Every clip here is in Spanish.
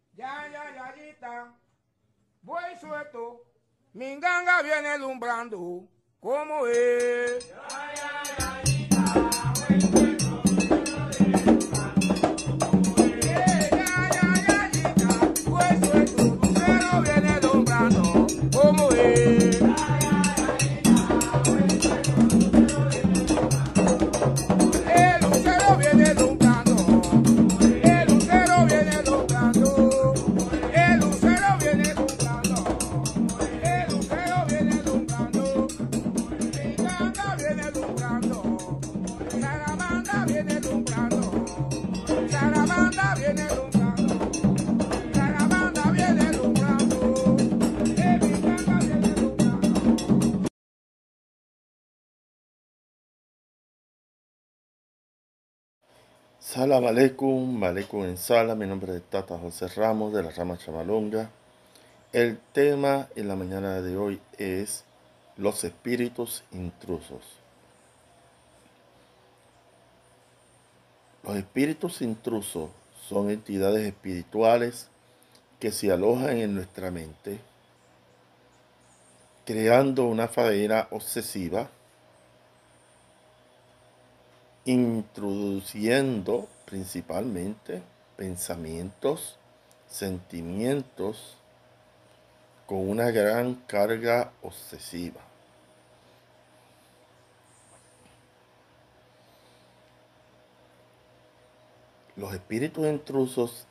Ya, ya, yayita, voy suelto, mi ganga viene alumbrando, ¿cómo es? Ya, ya, yayita, voy suelto, ya, ya, yayita, voy suelto, lucero viene alumbrando, ¿cómo es? El lucero viene alumbrando, el lucero viene alumbrando, el lucero viene alumbrando, el lucero viene alumbrando, mi ganga viene alumbrando, Saramanda viene alumbrando, Saramanda viene alumbrando, Saramanda viene alumbrando, mi ganga viene alumbrando. Salam aleikum, aleikum en sala. Mi nombre es Tata José Ramos de la rama Chamalonga. El tema en la mañana de hoy es los espíritus intrusos. Los espíritus intrusos son entidades espirituales que se alojan en nuestra mente, creando una fadera obsesiva, introduciendo principalmente pensamientos, sentimientos con una gran carga obsesiva. Los espíritus intrusos,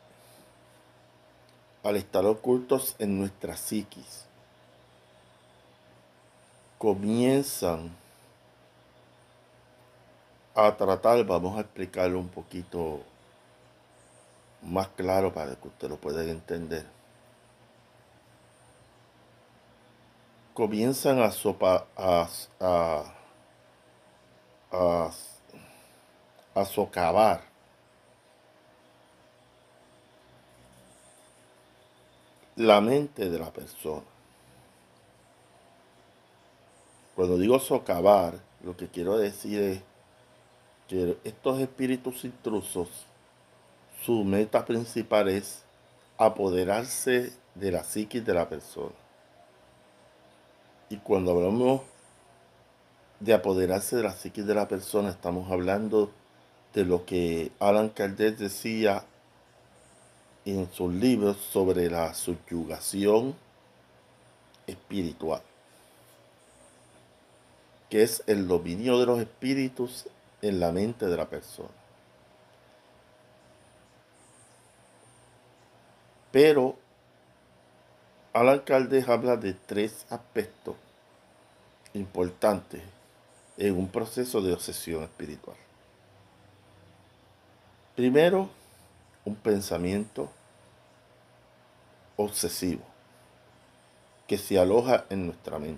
al estar ocultos en nuestra psiquis, comienzan a tratar, vamos a explicarlo un poquito más claro para que usted lo pueda entender. Comienzan a socavar la mente de la persona. Cuando digo socavar, lo que quiero decir es que estos espíritus intrusos, su meta principal es apoderarse de la psiquis de la persona. Y cuando hablamos de apoderarse de la psiquis de la persona, estamos hablando de lo que Allan Kardec decía en sus libros sobre la subyugación espiritual, que es el dominio de los espíritus en la mente de la persona. Pero Allan Kardec habla de tres aspectos importantes en un proceso de obsesión espiritual. Primero, un pensamiento obsesivo que se aloja en nuestra mente.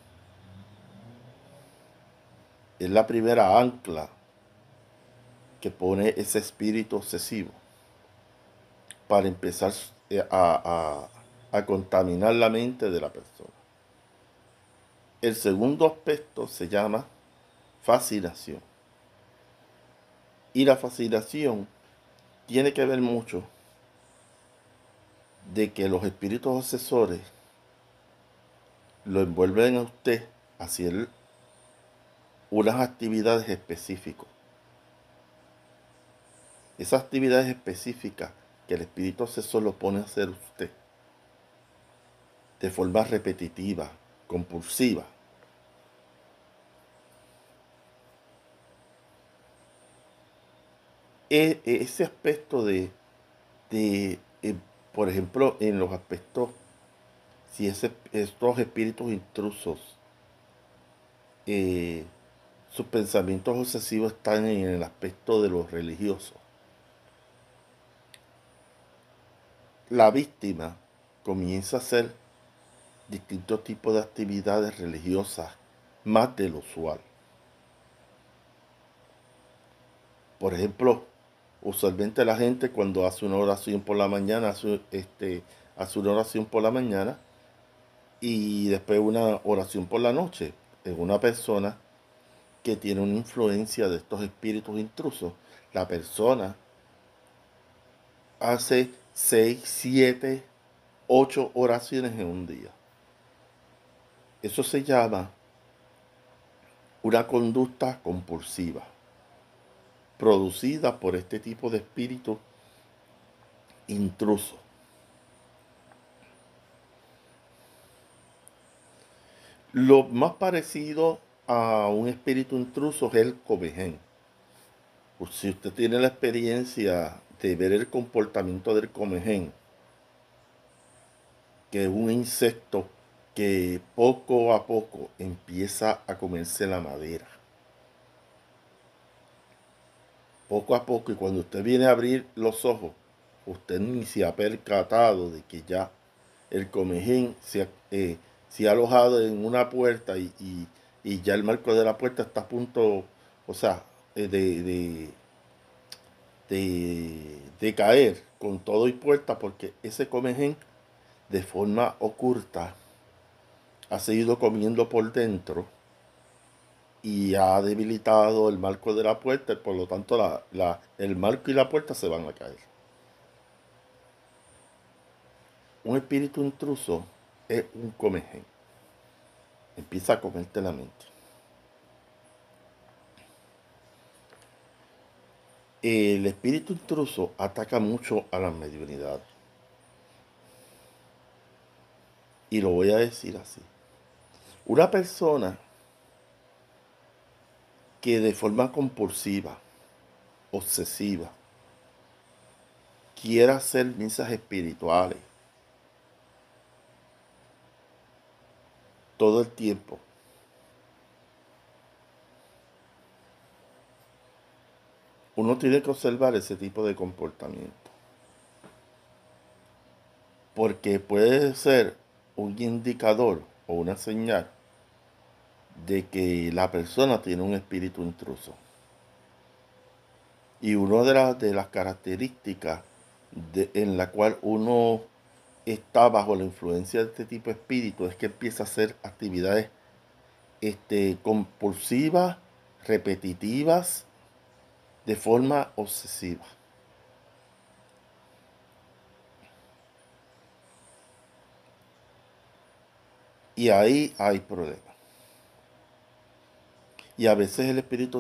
Es la primera ancla que pone ese espíritu obsesivo para empezar a contaminar la mente de la persona. El segundo aspecto se llama fascinación. Y la fascinación tiene que ver mucho de que los espíritus obsesores lo envuelven a usted a hacer unas actividades específicas. Esas actividades específicas que el espíritu obsesor lo pone a hacer usted de forma repetitiva, compulsiva. Ese aspecto por ejemplo, en los aspectos, si estos espíritus intrusos, sus pensamientos obsesivos están en el aspecto de los religiosos, la víctima comienza a hacer distintos tipos de actividades religiosas más de lo usual. Por ejemplo, usualmente la gente cuando hace una oración por la mañana, hace una oración por la mañana y después una oración por la noche. Es una persona que tiene una influencia de estos espíritus intrusos. La persona hace 6, 7, 8 oraciones en un día. Eso se llama una conducta compulsiva, producida por este tipo de espíritu intruso. Lo más parecido a un espíritu intruso es el comején. Pues si usted tiene la experiencia de ver el comportamiento del comején, que es un insecto que poco a poco empieza a comerse la madera. Poco a poco, y cuando usted viene a abrir los ojos, usted ni se ha percatado de que ya el comején se ha alojado en una puerta y ya el marco de la puerta está a punto, o sea, de caer con todo y puerta, porque ese comején de forma oculta ha seguido comiendo por dentro y ha debilitado el marco de la puerta y por lo tanto el marco y la puerta se van a caer. Un espíritu intruso es un comején. Empieza a comerte la mente. El espíritu intruso ataca mucho a las mediunidades. Y lo voy a decir así. Una persona que de forma compulsiva, obsesiva, quiera hacer misas espirituales todo el tiempo, uno tiene que observar ese tipo de comportamiento. Porque puede ser un indicador o una señal de que la persona tiene un espíritu intruso. Y una de las características en la cual uno está bajo la influencia de este tipo de espíritu es que empieza a hacer actividades compulsivas, repetitivas, de forma obsesiva. Y ahí hay problemas. Y a veces el espíritu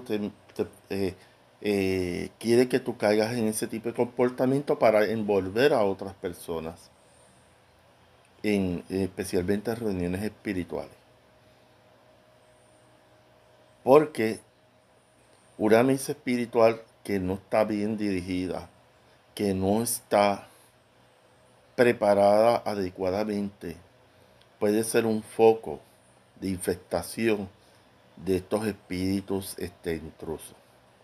quiere que tú caigas en ese tipo de comportamiento para envolver a otras personas, especialmente en reuniones espirituales. Porque una misa espiritual que no está bien dirigida, que no está preparada adecuadamente, puede ser un foco de infestación de estos espíritus intrusos.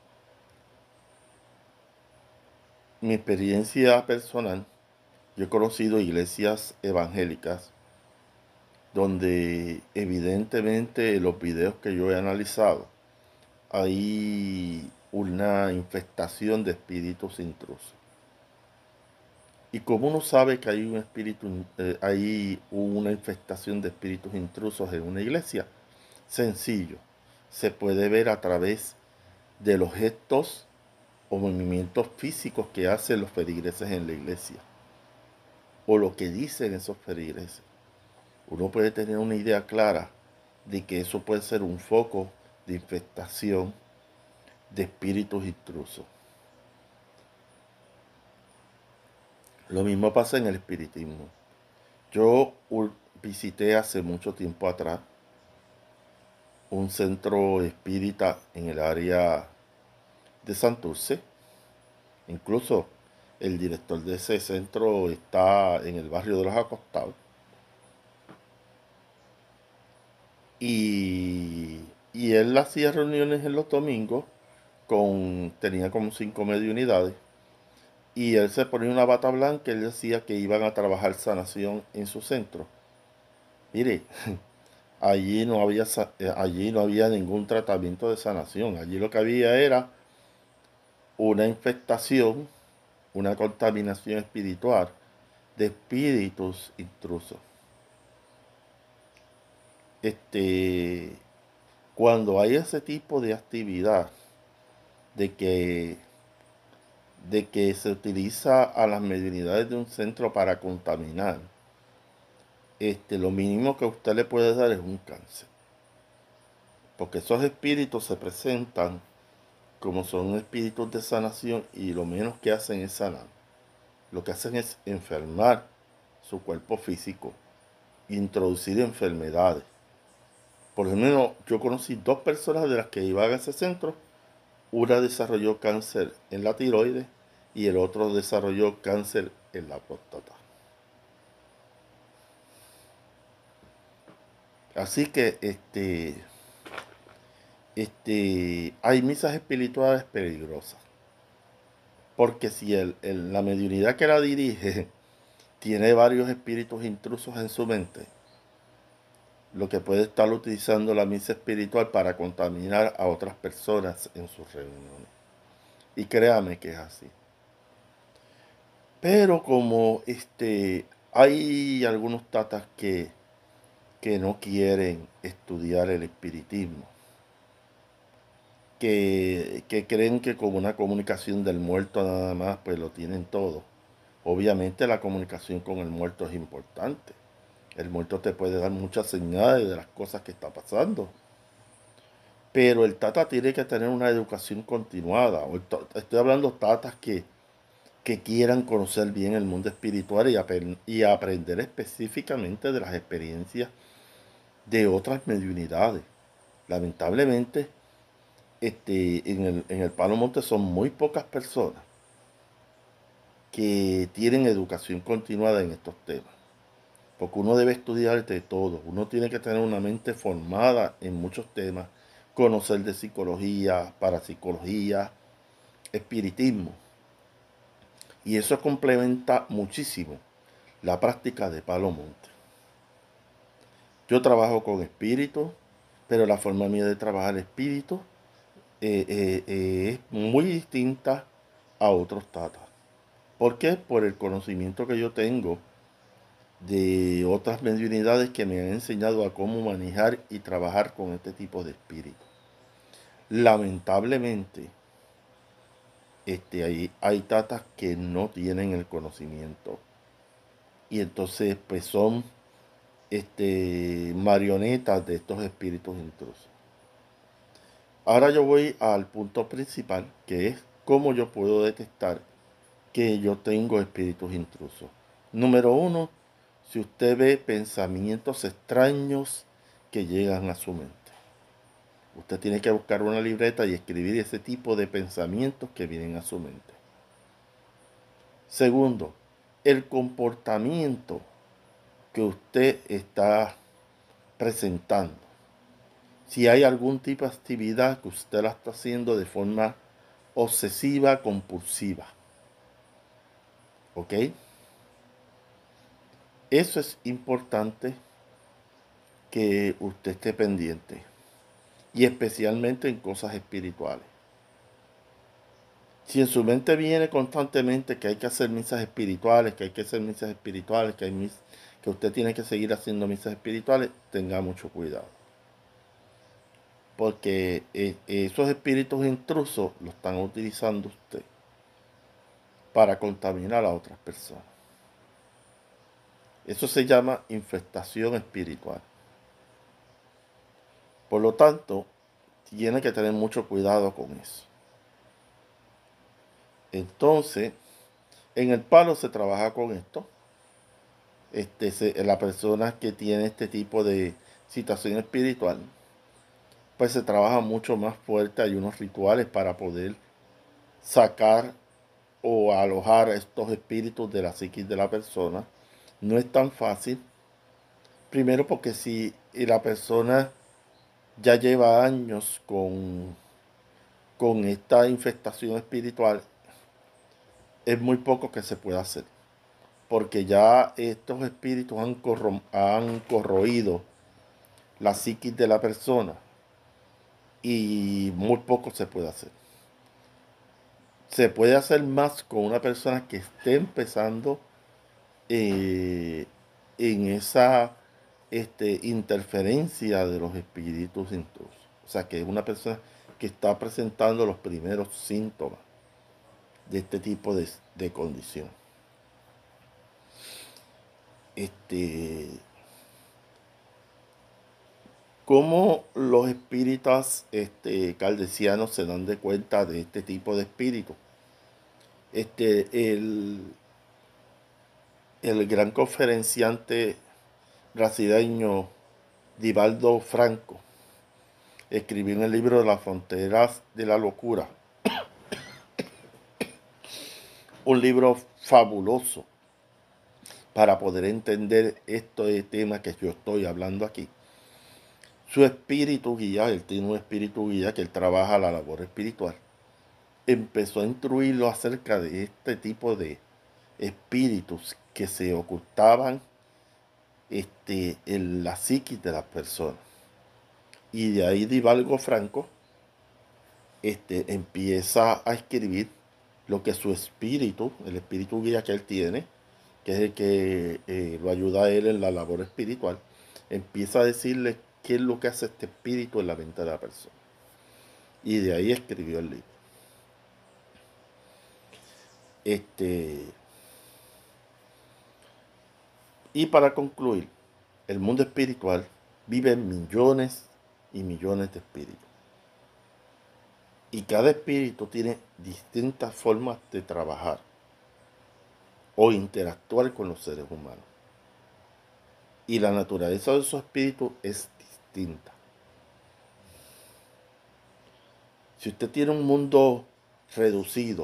Mi experiencia personal, yo he conocido iglesias evangélicas donde evidentemente en los videos que yo he analizado hay una infestación de espíritus intrusos. ¿Y cómo uno sabe que hay hay una infestación de espíritus intrusos en una iglesia? Sencillo, se puede ver a través de los gestos o movimientos físicos que hacen los feligreses en la iglesia, o lo que dicen esos feligreses. Uno puede tener una idea clara de que eso puede ser un foco de infestación de espíritus intrusos. Lo mismo pasa en el espiritismo. Yo visité hace mucho tiempo atrás un centro espírita en el área de Santurce. Incluso el director de ese centro está en el barrio de los Acostados. Y él hacía reuniones en los domingos, tenía como 5 mediunidades. Y él se ponía una bata blanca, él decía que iban a trabajar sanación en su centro. Mire, allí no había ningún tratamiento de sanación. Allí lo que había era una infestación, una contaminación espiritual de espíritus intrusos. Cuando hay ese tipo de actividad de que de que se utiliza a las mediunidades de un centro para contaminar, lo mínimo que usted le puede dar es un cáncer. Porque esos espíritus se presentan como son espíritus de sanación y lo menos que hacen es sanar. Lo que hacen es enfermar su cuerpo físico, introducir enfermedades. Por lo menos yo conocí 2 personas de las que iban a ese centro. Una desarrolló cáncer en la tiroides y el otro desarrolló cáncer en la próstata. Así que hay misas espirituales peligrosas. Porque si la mediunidad que la dirige tiene varios espíritus intrusos en su mente, lo que puede estar utilizando la misa espiritual para contaminar a otras personas en sus reuniones. Y créame que es así. Pero como hay algunos tatas que no quieren estudiar el espiritismo, que creen que con una comunicación del muerto nada más, pues lo tienen todo. Obviamente la comunicación con el muerto es importante. El muerto te puede dar muchas señales de las cosas que está pasando. Pero el tata tiene que tener una educación continuada. Estoy hablando de tatas que quieran conocer bien el mundo espiritual y aprender específicamente de las experiencias de otras mediunidades. Lamentablemente, en el Palo Monte son muy pocas personas que tienen educación continuada en estos temas. Porque uno debe estudiar de todo. Uno tiene que tener una mente formada en muchos temas. Conocer de psicología, parapsicología, espiritismo. Y eso complementa muchísimo la práctica de Palo Monte. Yo trabajo con espíritus, pero la forma mía de trabajar espíritus es muy distinta a otros tatas. ¿Por qué? Por el conocimiento que yo tengo de otras mediunidades que me han enseñado a cómo manejar y trabajar con este tipo de espíritus. Lamentablemente, hay tatas que no tienen el conocimiento y entonces pues son marionetas de estos espíritus intrusos. Ahora yo voy al punto principal, que es cómo yo puedo detectar que yo tengo espíritus intrusos. Número 1, si usted ve pensamientos extraños que llegan a su mente. Usted tiene que buscar una libreta y escribir ese tipo de pensamientos que vienen a su mente. Segundo, el comportamiento que usted está presentando. Si hay algún tipo de actividad que usted la está haciendo de forma obsesiva, compulsiva. ¿Ok? Eso es importante que usted esté pendiente. Y especialmente en cosas espirituales. Si en su mente viene constantemente que hay que hacer misas espirituales, que hay que hacer misas espirituales, que usted tiene que seguir haciendo misas espirituales, tenga mucho cuidado. Porque esos espíritus intrusos lo están utilizando usted para contaminar a otras personas. Eso se llama infestación espiritual. Por lo tanto, tiene que tener mucho cuidado con eso. Entonces, en el palo se trabaja con esto. La persona que tiene este tipo de situación espiritual, pues se trabaja mucho más fuerte. Hay unos rituales para poder sacar o alojar estos espíritus de la psiquis de la persona. No es tan fácil. Primero porque si la persona ya lleva años con esta infestación espiritual, es muy poco que se puede hacer. Porque ya estos espíritus han corroído la psiquis de la persona y muy poco se puede hacer. Se puede hacer más con una persona que esté empezando en esa interferencia de los espíritus intrusos. O sea, que es una persona que está presentando los primeros síntomas. de este tipo de condición. ¿Cómo los espíritas caldesianos se dan de cuenta de este tipo de espíritu? El gran conferenciante brasileño Divaldo Franco escribió en el libro de las fronteras de la locura, un libro fabuloso para poder entender este tema que yo estoy hablando aquí. Su espíritu guía, él tiene un espíritu guía que él trabaja la labor espiritual, empezó a instruirlo acerca de este tipo de espíritus que se ocultaban en la psiquis de las personas. Y de ahí Divaldo Franco empieza a escribir lo que su espíritu, el espíritu guía que él tiene, que es el que lo ayuda a él en la labor espiritual, empieza a decirle qué es lo que hace este espíritu en la mente de la persona. Y de ahí escribió el libro. Y para concluir, el mundo espiritual vive millones y millones de espíritus. Y cada espíritu tiene distintas formas de trabajar o interactuar con los seres humanos. Y la naturaleza de esos espíritus es distinta. Si usted tiene un mundo reducido,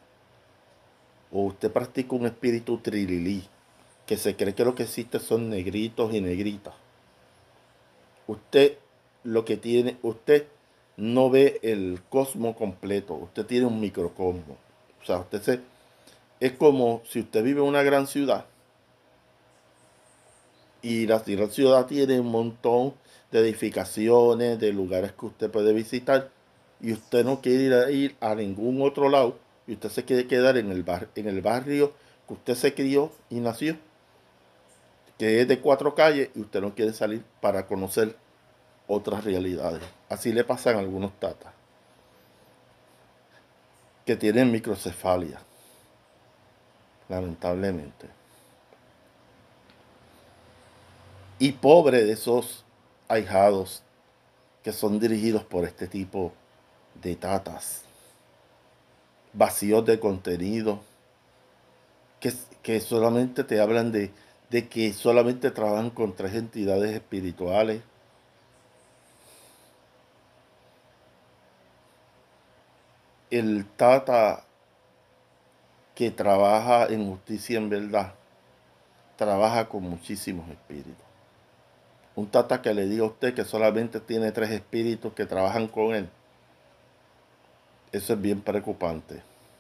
o usted practica un espíritu trililí, que se cree que lo que existe son negritos y negritas, usted no ve el cosmos completo, usted tiene un microcosmo. O sea, es como si usted vive en una gran ciudad y la gran ciudad tiene un montón de edificaciones, de lugares que usted puede visitar, y usted no quiere ir a ningún otro lado, y usted se quiere quedar en el barrio que usted se crió y nació, que es de 4 calles, y usted no quiere salir para conocer otras realidades. Así le pasan a algunos tatas que tienen microcefalia, lamentablemente. Y pobre de esos ahijados que son dirigidos por este tipo de tatas, vacíos de contenido, que solamente te hablan de que solamente trabajan con 3 entidades espirituales. El tata que trabaja en justicia en verdad, trabaja con muchísimos espíritus. Un tata que le diga a usted que solamente tiene 3 espíritus que trabajan con él, eso es bien preocupante.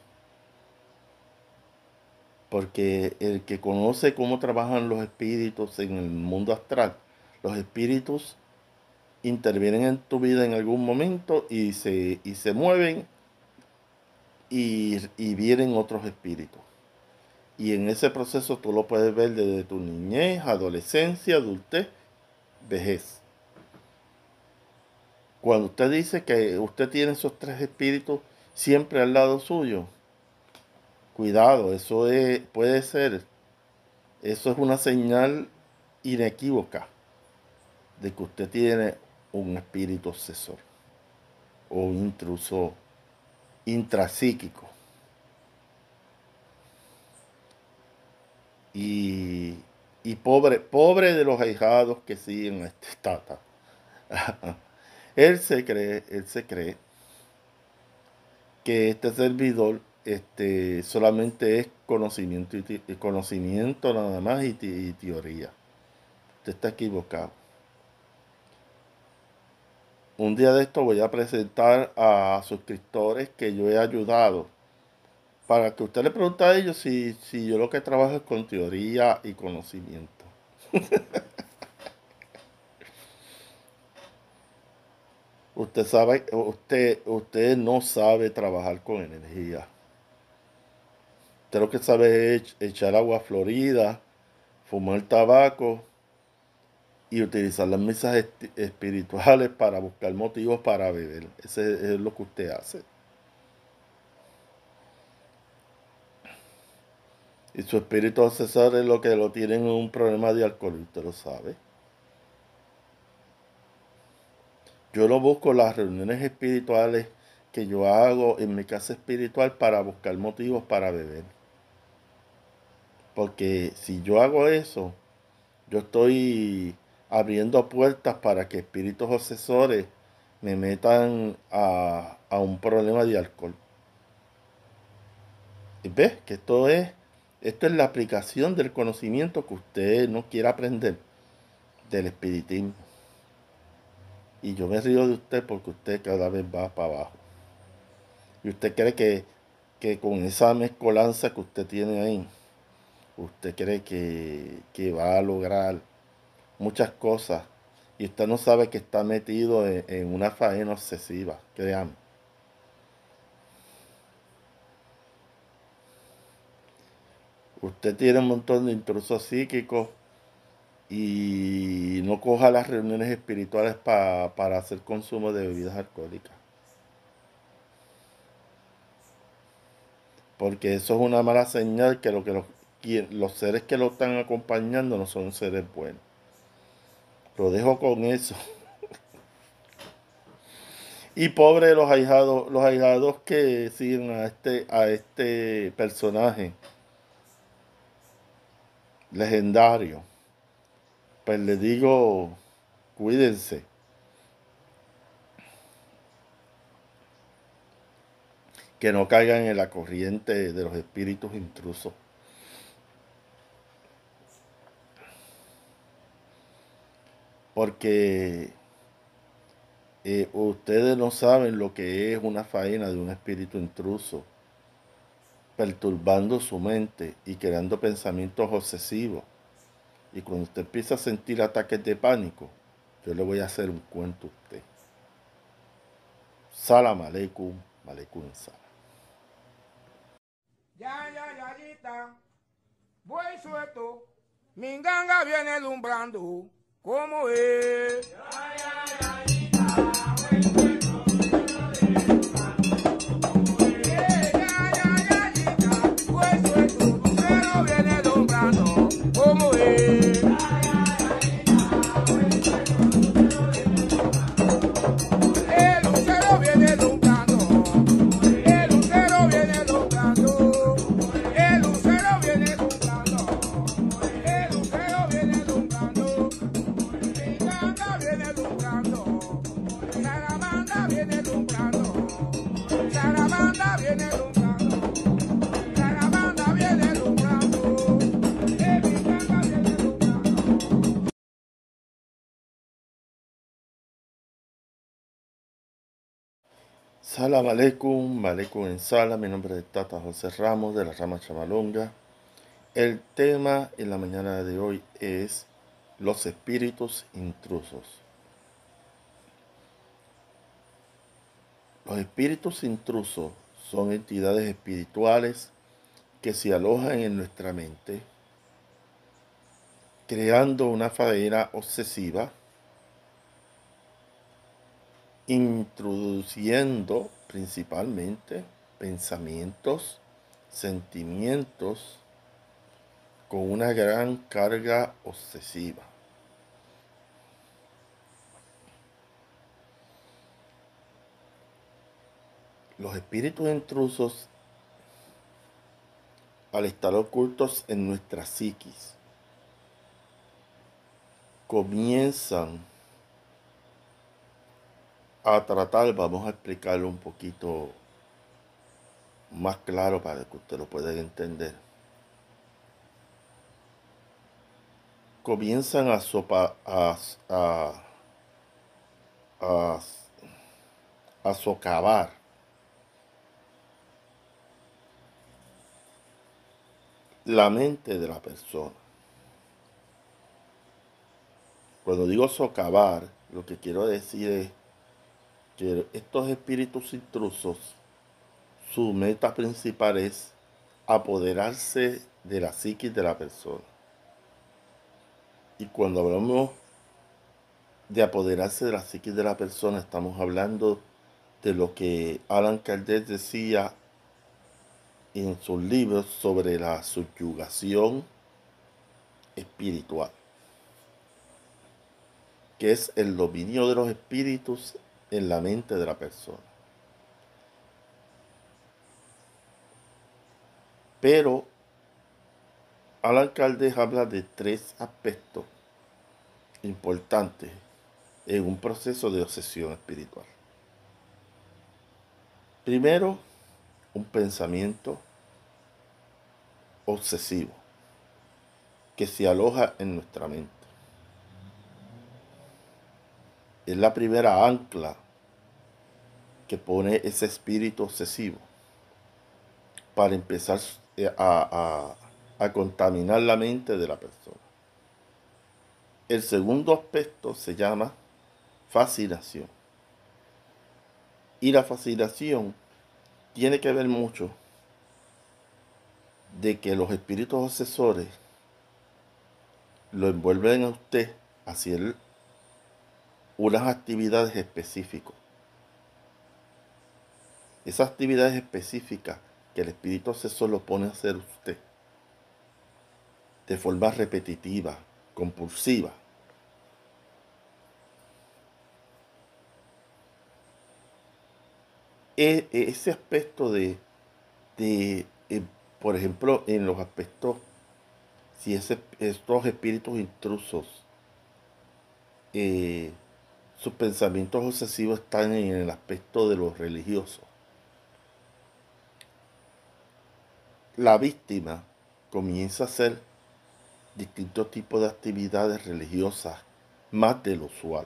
Porque el que conoce cómo trabajan los espíritus en el mundo astral, los espíritus intervienen en tu vida en algún momento y se mueven y vienen otros espíritus. Y en ese proceso tú lo puedes ver desde tu niñez, adolescencia, adultez, vejez. Cuando usted dice que usted tiene esos 3 espíritus siempre al lado suyo, cuidado, puede ser, eso es una señal inequívoca de que usted tiene un espíritu obsesor o un intruso intrapsíquico. Y pobre de los ahijados que siguen a este tata. Él se cree que este servidor solamente es conocimiento nada más y teoría. Usted está equivocado. Un día de esto voy a presentar a suscriptores que yo he ayudado para que usted le pregunte a ellos si yo lo que trabajo es con teoría y conocimiento. Usted no sabe trabajar con energía. Usted lo que sabe es echar agua florida, fumar tabaco y utilizar las misas espirituales para buscar motivos para beber. Ese es lo que usted hace. Y su espíritu obsesor es lo que lo tienen en un problema de alcohol, y usted lo sabe. Yo no busco las reuniones espirituales que yo hago en mi casa espiritual para buscar motivos para beber. Porque si yo hago eso, yo estoy abriendo puertas para que espíritus obsesores me metan a un problema de alcohol. ¿Y ves? Que esto es la aplicación del conocimiento que usted no quiere aprender del espiritismo. Y yo me río de usted porque usted cada vez va para abajo. Y usted cree que con esa mezcolanza que usted tiene ahí, usted cree que va a lograr muchas cosas. Y usted no sabe que está metido en una faena obsesiva, créame. Usted tiene un montón de intrusos psíquicos y no coja las reuniones espirituales para hacer consumo de bebidas alcohólicas. Porque eso es una mala señal que los seres que lo están acompañando no son seres buenos. Lo dejo con eso. Y pobre los ahijados que siguen a este personaje legendario. Pues les digo, cuídense. Que no caigan en la corriente de los espíritus intrusos. Porque ustedes no saben lo que es una faena de un espíritu intruso, perturbando su mente y creando pensamientos obsesivos. Y cuando usted empieza a sentir ataques de pánico, yo le voy a hacer un cuento a usted. Salam aleikum, aleikum salam. Ya, yayita, voy suelto, mi ganga viene alumbrando, ¿cómo es? Ya, yayita, voy suelto, voy suelto, lucero viene alumbrando, ¿cómo es? El lucero viene alumbrando, el lucero viene alumbrando, el lucero viene alumbrando, el lucero viene alumbrando, mi ganga viene alumbrando, Saramanda viene alumbrando, Saramanda viene alumbrando, Saramanda viene alumbrando, mi ganga viene alumbrando. Salam aleikum, aleikum en sala. Mi nombre es Tata José Ramos de la rama Chamalonga. El tema en la mañana de hoy es los espíritus intrusos. Los espíritus intrusos son entidades espirituales que se alojan en nuestra mente, creando una faena obsesiva, introduciendo principalmente pensamientos, sentimientos con una gran carga obsesiva. Los espíritus intrusos, al estar ocultos en nuestra psiquis, comienzan a tratar, vamos a explicarlo un poquito más claro para que usted lo pueda entender. Comienzan a socavar la mente de la persona. Cuando digo socavar, lo que quiero decir es que estos espíritus intrusos, su meta principal es apoderarse de la psiquis de la persona. Y cuando hablamos de apoderarse de la psiquis de la persona, estamos hablando de lo que Allan Kardec decía en sus libros sobre la subyugación espiritual, que es el dominio de los espíritus en la mente de la persona. Pero Alan Kardec habla de 3 aspectos importantes en un proceso de obsesión espiritual. Primero, un pensamiento obsesivo que se aloja en nuestra mente. Es la primera ancla que pone ese espíritu obsesivo para empezar a contaminar la mente de la persona. El segundo aspecto se llama fascinación. Y la fascinación tiene que ver mucho de que los espíritus obsesores lo envuelven a usted a hacer unas actividades específicas. Esas actividades específicas que el espíritu obsesor lo pone a hacer usted de forma repetitiva, compulsiva. Ese aspecto por ejemplo, en los aspectos, si estos espíritus intrusos, sus pensamientos obsesivos están en el aspecto de los religiosos. La víctima comienza a hacer distintos tipos de actividades religiosas más de lo usual.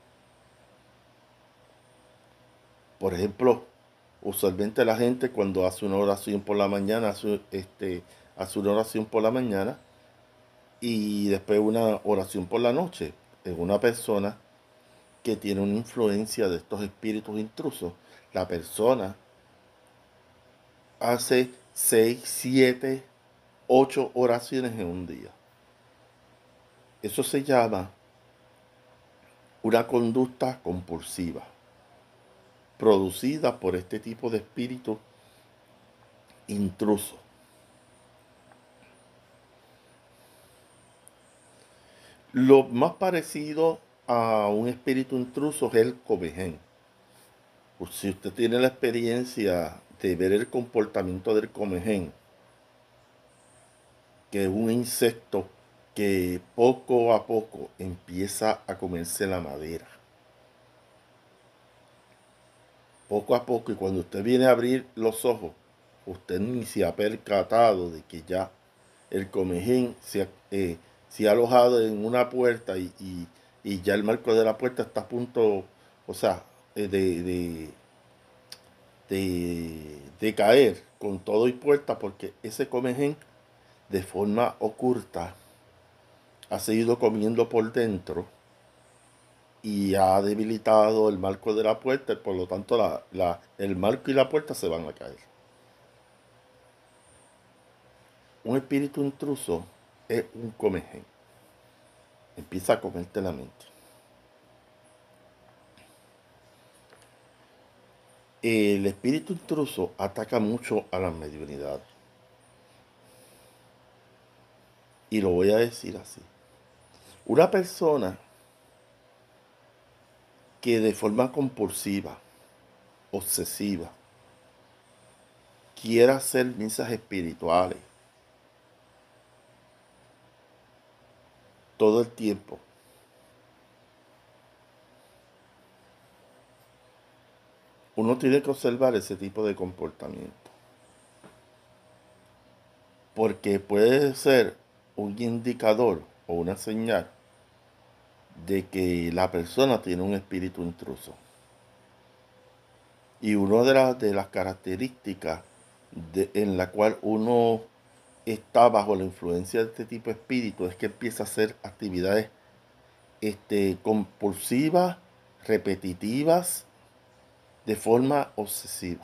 Por ejemplo, usualmente la gente cuando hace una oración por la mañana, hace una oración por la mañana y después una oración por la noche. Es una persona que tiene una influencia de estos espíritus intrusos. La persona hace 6, 7, 8 oraciones en un día. Eso se llama una conducta compulsiva, producida por este tipo de espíritu intruso. Lo más parecido a un espíritu intruso es el comején. Pues si usted tiene la experiencia de ver el comportamiento del comején, que es un insecto que poco a poco empieza a comerse la madera. Poco a poco, y cuando usted viene a abrir los ojos, usted ni se ha percatado de que ya el comején se ha alojado en una puerta y ya el marco de la puerta está a punto, o sea, de caer con todo y puerta, porque ese comején de forma oculta ha seguido comiendo por dentro y ha debilitado el marco de la puerta y por lo tanto el marco y la puerta se van a caer. Un espíritu intruso es un comején. Empieza a comerte la mente. El espíritu intruso ataca mucho a las mediunidades. Y lo voy a decir así. Una persona que de forma compulsiva, obsesiva, quiera hacer misas espirituales todo el tiempo, uno tiene que observar ese tipo de comportamiento. Porque puede ser un indicador o una señal de que la persona tiene un espíritu intruso. Y una de las características en la cual uno está bajo la influencia de este tipo de espíritu es que empieza a hacer actividades compulsivas, repetitivas, de forma obsesiva.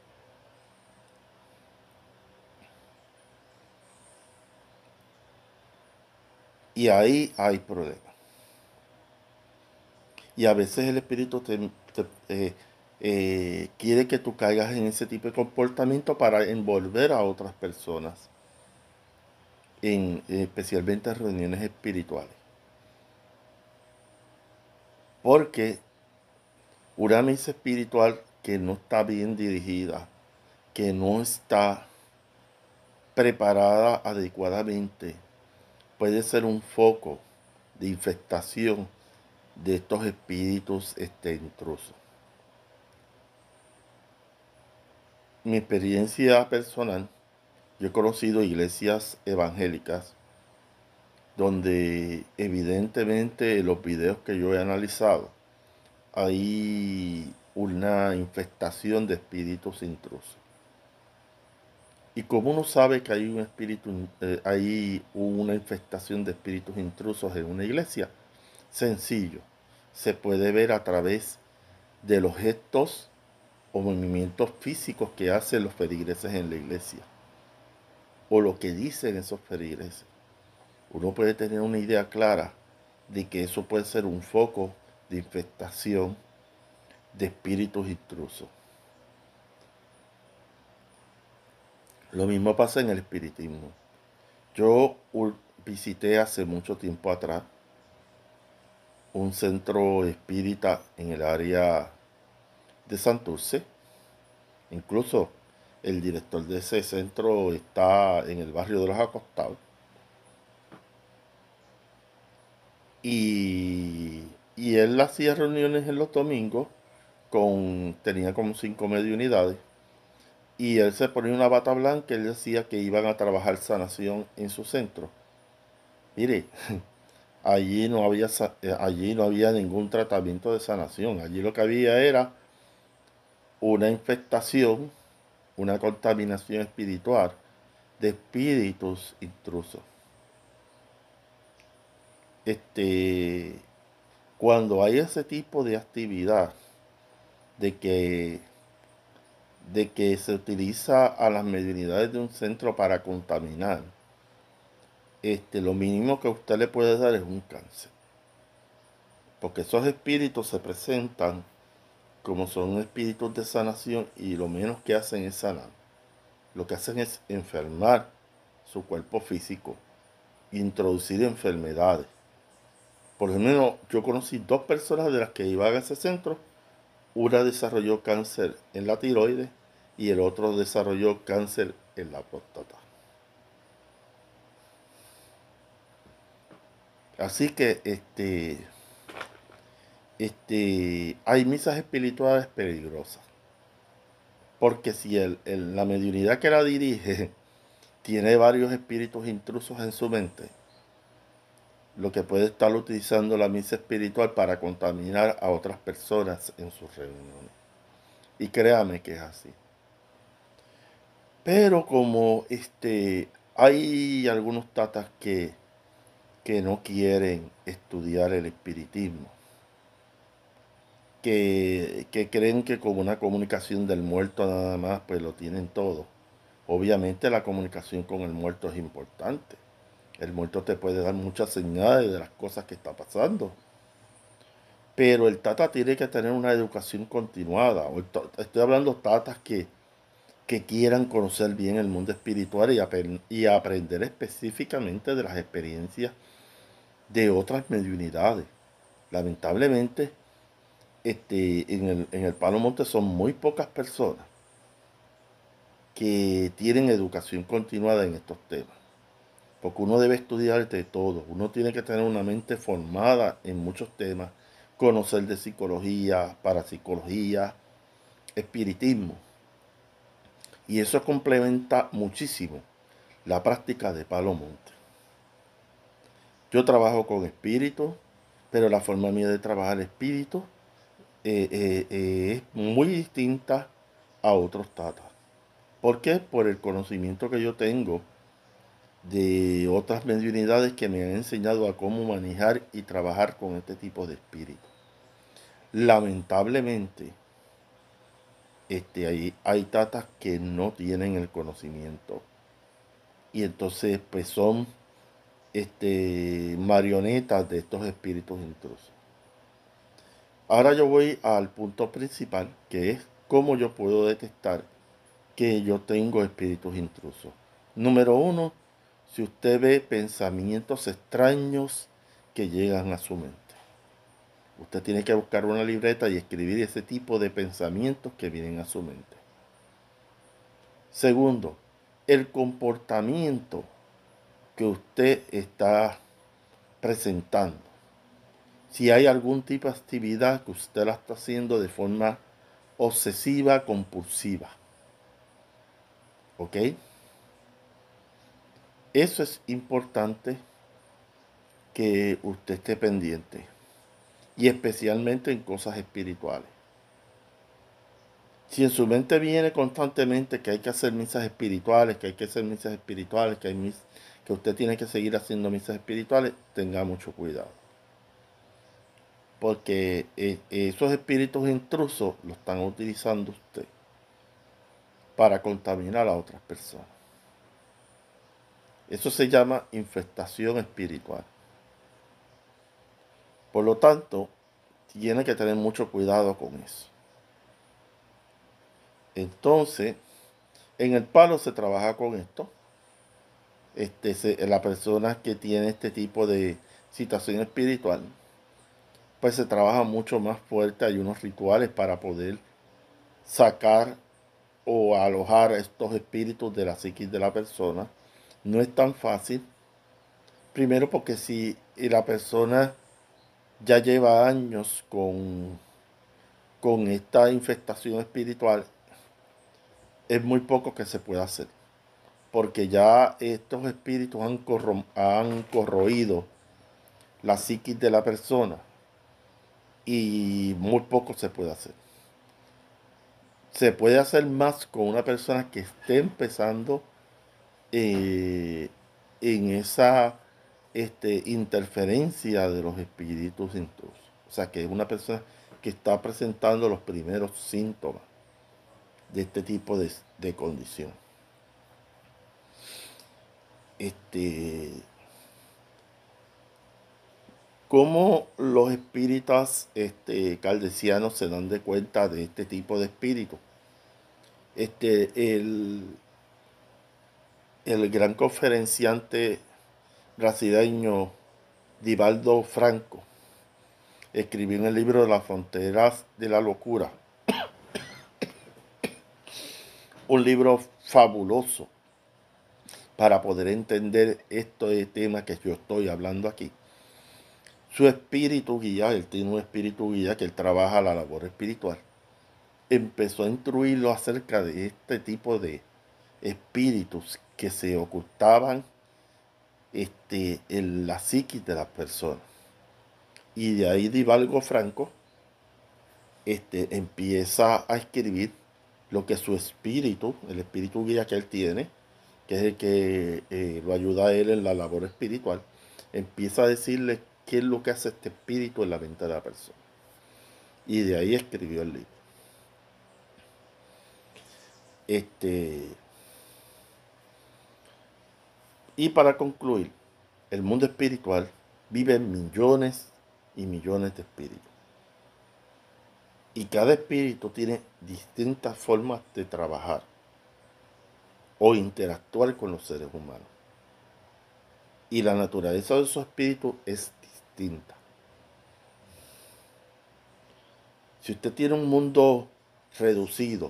Y ahí hay problemas. Y a veces el espíritu quiere que tú caigas en ese tipo de comportamiento para envolver a otras personas, especialmente en reuniones espirituales. Porque una misa espiritual que no está bien dirigida, que no está preparada adecuadamente, puede ser un foco de infestación de estos espíritus intrusos. Mi experiencia personal, yo he conocido iglesias evangélicas donde evidentemente en los videos que yo he analizado hay una infestación de espíritus intrusos. ¿Y cómo uno sabe que hay hay una infestación de espíritus intrusos en una iglesia? Sencillo, se puede ver a través de los gestos o movimientos físicos que hacen los feligreses en la iglesia, o lo que dicen esos feligreses. Uno puede tener una idea clara de que eso puede ser un foco de infestación de espíritus intrusos. Lo mismo pasa en el espiritismo. Yo visité hace mucho tiempo atrás un centro espírita en el área de Santurce. Incluso el director de ese centro está en el barrio de los Acostados. Y él hacía reuniones en los domingos, tenía como 5 mediunidades. Y él se ponía una bata blanca, él decía que iban a trabajar sanación en su centro. Mire, allí no había ningún tratamiento de sanación. Allí lo que había era una infestación, una contaminación espiritual de espíritus intrusos. Cuando hay ese tipo de actividad de que se utiliza a las mediunidades de un centro para contaminar, lo mínimo que usted le puede dar es un cáncer. Porque esos espíritus se presentan como son espíritus de sanación y lo menos que hacen es sanar. Lo que hacen es enfermar su cuerpo físico, introducir enfermedades. Por lo menos yo conocí 2 personas de las que iban a ese centro. Una desarrolló cáncer en la tiroides y el otro desarrolló cáncer en la próstata. Así que hay misas espirituales peligrosas. Porque si la mediunidad que la dirige tiene varios espíritus intrusos en su mente, lo que puede estar utilizando la misa espiritual para contaminar a otras personas en sus reuniones. Y créame que es así. Pero como hay algunos tatas que no quieren estudiar el espiritismo, que creen que con una comunicación del muerto nada más pues lo tienen todo. Obviamente la comunicación con el muerto es importante. El muerto te puede dar muchas señales de las cosas que está pasando. Pero el tata tiene que tener una educación continuada. Estoy hablando de tatas que quieran conocer bien el mundo espiritual y aprender específicamente de las experiencias de otras mediunidades. Lamentablemente, en el Palo Monte son muy pocas personas que tienen educación continuada en estos temas. Porque uno debe estudiar de todo. Uno tiene que tener una mente formada en muchos temas. Conocer de psicología, parapsicología, espiritismo. Y eso complementa muchísimo la práctica de Palo Monte. Yo trabajo con espíritus, pero la forma mía de trabajar espíritus es muy distinta a otros tatas. ¿Por qué? Por el conocimiento que yo tengo de otras mediunidades que me han enseñado a cómo manejar y trabajar con este tipo de espíritus. Lamentablemente, hay tatas que no tienen el conocimiento y entonces pues son marionetas de estos espíritus intrusos. Ahora yo voy al punto principal, que es cómo yo puedo detectar que yo tengo espíritus intrusos. Número uno, si usted ve pensamientos extraños que llegan a su mente. Usted tiene que buscar una libreta y escribir ese tipo de pensamientos que vienen a su mente. Segundo, el comportamiento que usted está presentando. Si hay algún tipo de actividad que usted la está haciendo de forma obsesiva, compulsiva. ¿Ok? Eso es importante que usted esté pendiente. Y especialmente en cosas espirituales. Si en su mente viene constantemente que hay que hacer misas espirituales, que hay que hacer misas espirituales, que usted tiene que seguir haciendo misas espirituales, tenga mucho cuidado. Porque esos espíritus intrusos los están utilizando usted para contaminar a otras personas. Eso se llama infestación espiritual. Por lo tanto, tiene que tener mucho cuidado con eso. Entonces, en el palo se trabaja con esto. La persona que tiene este tipo de situación espiritual, pues se trabaja mucho más fuerte. Hay unos rituales para poder sacar o alojar estos espíritus de la psiquis de la persona. No es tan fácil. Primero porque si la persona ya lleva años con esta infestación espiritual, es muy poco que se puede hacer. Porque ya estos espíritus han corroído la psiquis de la persona y muy poco se puede hacer. Se puede hacer más con una persona que esté empezando en esa interferencia de los espíritus intrusos. O sea, que es una persona que está presentando los primeros síntomas de este tipo de condición. ¿Cómo los espíritas caldesianos se dan de cuenta de este tipo de espíritu? El gran conferenciante brasileño Divaldo Franco escribió en el libro de las fronteras de la locura, un libro fabuloso para poder entender este tema que yo estoy hablando aquí. Su espíritu guía, él tiene un espíritu guía que él trabaja la labor espiritual, empezó a instruirlo acerca de este tipo de espíritus que se ocultaban en la psiquis de las personas. Y de ahí Divaldo Franco empieza a escribir lo que su espíritu, el espíritu guía que él tiene, que es el que lo ayuda a él en la labor espiritual, empieza a decirle qué es lo que hace este espíritu en la mente de la persona. Y de ahí escribió el libro. Y para concluir, el mundo espiritual vive millones y millones de espíritus. Y cada espíritu tiene distintas formas de trabajar o interactuar con los seres humanos. Y la naturaleza de esos espíritus es distinta. Si usted tiene un mundo reducido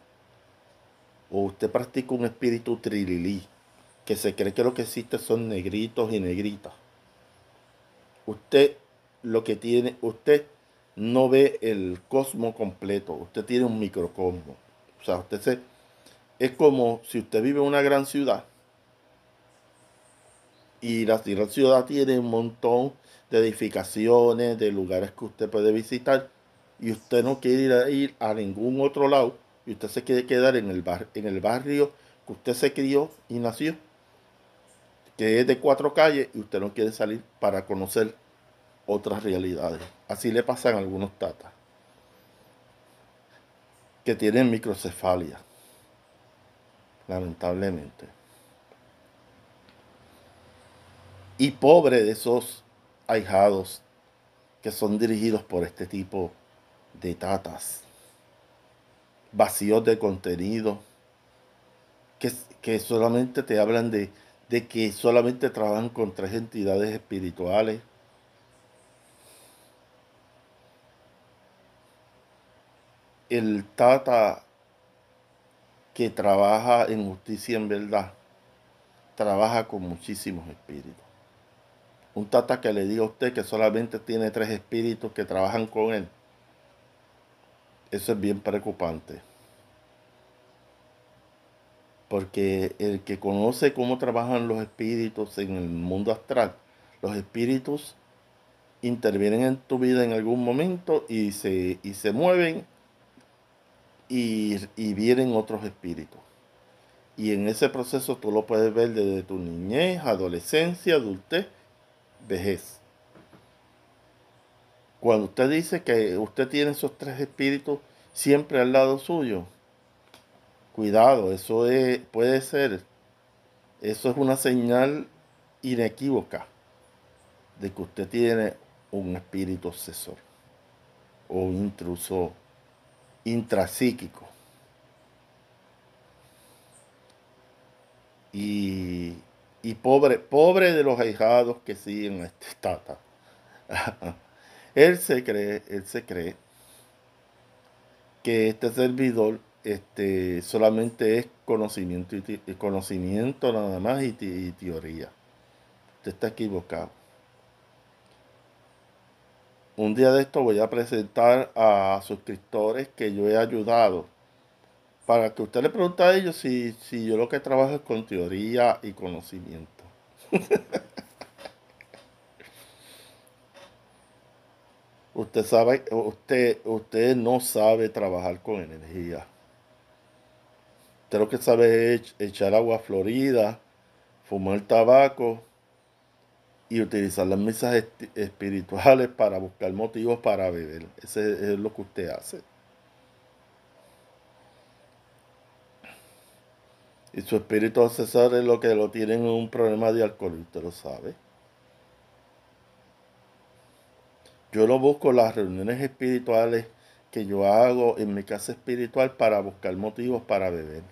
o usted practica un espíritu trililí, que se cree que lo que existe son negritos y negritas, usted no ve el cosmos completo, usted tiene un microcosmo. O sea, es como si usted vive en una gran ciudad y la gran ciudad tiene un montón de edificaciones, de lugares que usted puede visitar y usted no quiere ir a ningún otro lado y usted se quiere quedar en el barrio que usted se crió y nació, que es de 4 calles y usted no quiere salir para conocer otras realidades. Así le pasan a algunos tatas que tienen microcefalia, lamentablemente. Y pobre de esos ahijados que son dirigidos por este tipo de tatas, vacíos de contenido, que solamente te hablan de que solamente trabajan con 3 entidades espirituales. El tata que trabaja en justicia en verdad, trabaja con muchísimos espíritus. Un tata que le diga a usted que solamente tiene 3 espíritus que trabajan con él, eso es bien preocupante. Porque el que conoce cómo trabajan los espíritus en el mundo astral, los espíritus intervienen en tu vida en algún momento y se mueven y vienen otros espíritus. Y en ese proceso tú lo puedes ver desde tu niñez, adolescencia, adultez, vejez. Cuando usted dice que usted tiene esos 3 espíritus siempre al lado suyo, cuidado, puede ser, eso es una señal inequívoca de que usted tiene un espíritu obsesor o un intruso intrapsíquico. Y pobre de los ahijados que siguen a este tata. Él se cree que este servidor solamente es conocimiento nada más y teoría. Usted está equivocado. Un día de esto voy a presentar a suscriptores que yo he ayudado para que usted le pregunte a ellos si yo lo que trabajo es con teoría y conocimiento. Usted no sabe trabajar con energía. Usted lo que sabe es echar agua florida, fumar tabaco y utilizar las misas espirituales para buscar motivos para beber. Ese es lo que usted hace. Y su espíritu obsesor es lo que lo tienen en un problema de alcohol, usted lo sabe. Yo no busco las reuniones espirituales que yo hago en mi casa espiritual para buscar motivos para beber.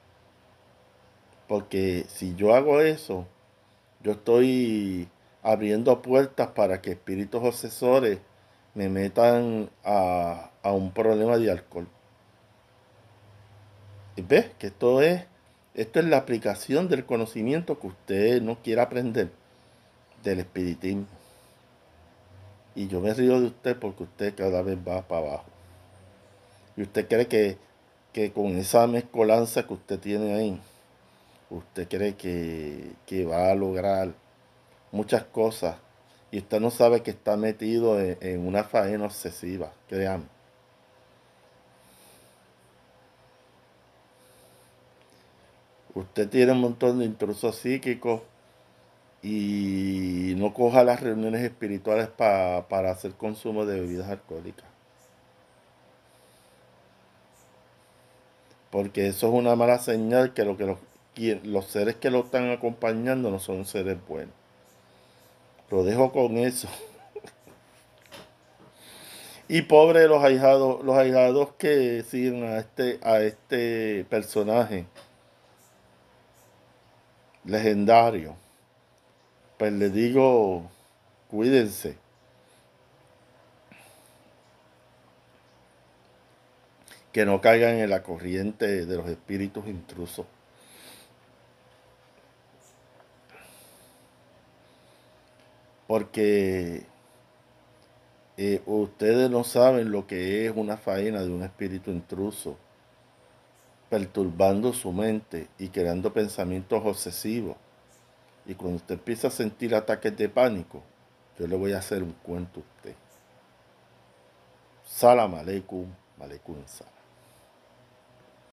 Porque si yo hago eso, yo estoy abriendo puertas para que espíritus obsesores me metan a un problema de alcohol. ¿Y ves? Que esto es la aplicación del conocimiento que usted no quiere aprender del espiritismo. Y yo me río de usted porque usted cada vez va para abajo. Y usted cree que con esa mezcolanza que usted tiene ahí, usted cree que va a lograr muchas cosas. Y usted no sabe que está metido en una faena obsesiva, créanme. Usted tiene un montón de intrusos psíquicos y no coja las reuniones espirituales para hacer consumo de bebidas alcohólicas. Porque eso es una mala señal que los seres que lo están acompañando no son seres buenos. Lo dejo con eso. Y pobre de los ahijados que siguen a este personaje legendario. Pues les digo, cuídense. Que no caigan en la corriente de los espíritus intrusos. Porque ustedes no saben lo que es una faena de un espíritu intruso, perturbando su mente y creando pensamientos obsesivos. Y cuando usted empieza a sentir ataques de pánico, yo le voy a hacer un cuento a usted. Salam aleikum, aleikum salam.